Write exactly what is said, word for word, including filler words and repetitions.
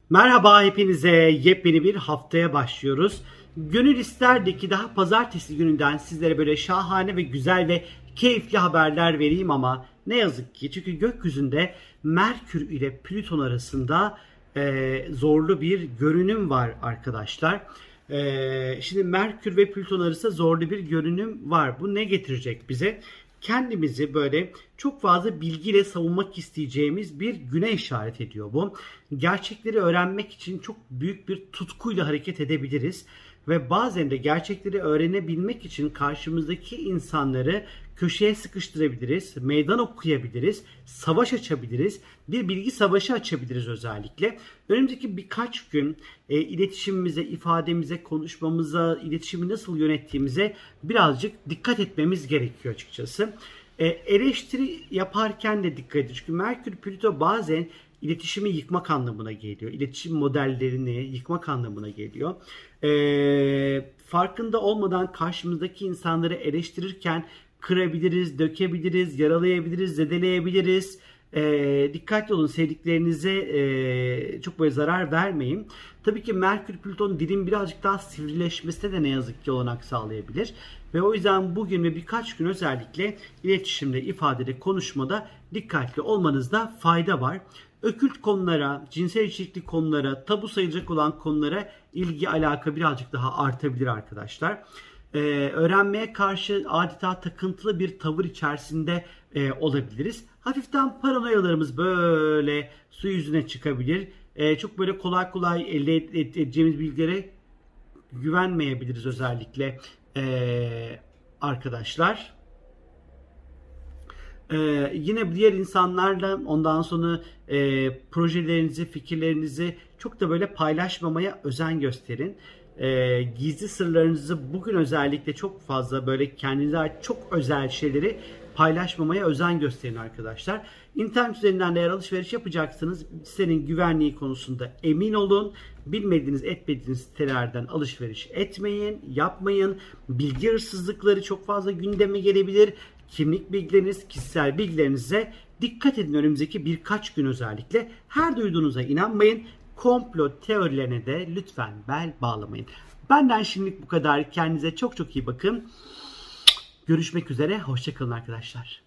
Merhaba hepinize, yepyeni bir haftaya başlıyoruz. Gönül isterdi ki daha pazartesi gününden sizlere böyle şahane ve güzel ve keyifli haberler vereyim ama ne yazık ki çünkü gökyüzünde Merkür ile Plüton arasında e, zorlu bir görünüm var arkadaşlar. E, şimdi Merkür ve Plüton arasında zorlu bir görünüm var. Bu ne getirecek bize? Kendimizi böyle çok fazla bilgiyle savunmak isteyeceğimiz bir güne işaret ediyor bu. Gerçekleri öğrenmek için çok büyük bir tutkuyla hareket edebiliriz. Ve bazen de gerçekleri öğrenebilmek için karşımızdaki insanları köşeye sıkıştırabiliriz, meydan okuyabiliriz, savaş açabiliriz, bir bilgi savaşı açabiliriz özellikle. Önümüzdeki birkaç gün e, iletişimimize, ifademize, konuşmamıza, iletişimi nasıl yönettiğimize birazcık dikkat etmemiz gerekiyor açıkçası. E, eleştiri yaparken de dikkat edin. Çünkü Merkür, Plüto bazen iletişimi yıkmak anlamına geliyor. İletişim modellerini yıkmak anlamına geliyor. E, farkında olmadan karşımızdaki insanları eleştirirken kırabiliriz, dökebiliriz, yaralayabiliriz, zedeleyebiliriz. E, dikkatli olun, sevdiklerinize e, çok böyle zarar vermeyin. Tabii ki Merkür Plüton dilin birazcık daha sivrileşmesine de ne yazık ki olanak sağlayabilir. Ve o yüzden bugün ve birkaç gün özellikle iletişimde, ifadede, konuşmada dikkatli olmanızda fayda var. Okült konulara, cinsel içerikli konulara, tabu sayılacak olan konulara ilgi alaka birazcık daha artabilir arkadaşlar. Ee, öğrenmeye karşı adeta takıntılı bir tavır içerisinde e, olabiliriz. Hafiften paranoyalarımız böyle su yüzüne çıkabilir. E, çok böyle kolay kolay elde edeceğimiz bilgilere güvenmeyebiliriz özellikle e, arkadaşlar. Ee, yine diğer insanlarla ondan sonra e, projelerinizi, fikirlerinizi çok da böyle paylaşmamaya özen gösterin. E, gizli sırlarınızı bugün özellikle çok fazla böyle kendinize ait çok özel şeyleri paylaşmamaya özen gösterin arkadaşlar. İnternet üzerinden eğer alışveriş yapacaksınız, sitenin güvenliği konusunda emin olun. Bilmediğiniz, etmediğiniz sitelerden alışveriş etmeyin, yapmayın. Bilgi hırsızlıkları çok fazla gündeme gelebilir. Kimlik bilgileriniz, kişisel bilgilerinize dikkat edin önümüzdeki birkaç gün özellikle. Her duyduğunuza inanmayın. Komplo teorilerine de lütfen bel bağlamayın. Benden şimdilik bu kadar. Kendinize çok çok iyi bakın. Görüşmek üzere. Hoşça kalın arkadaşlar.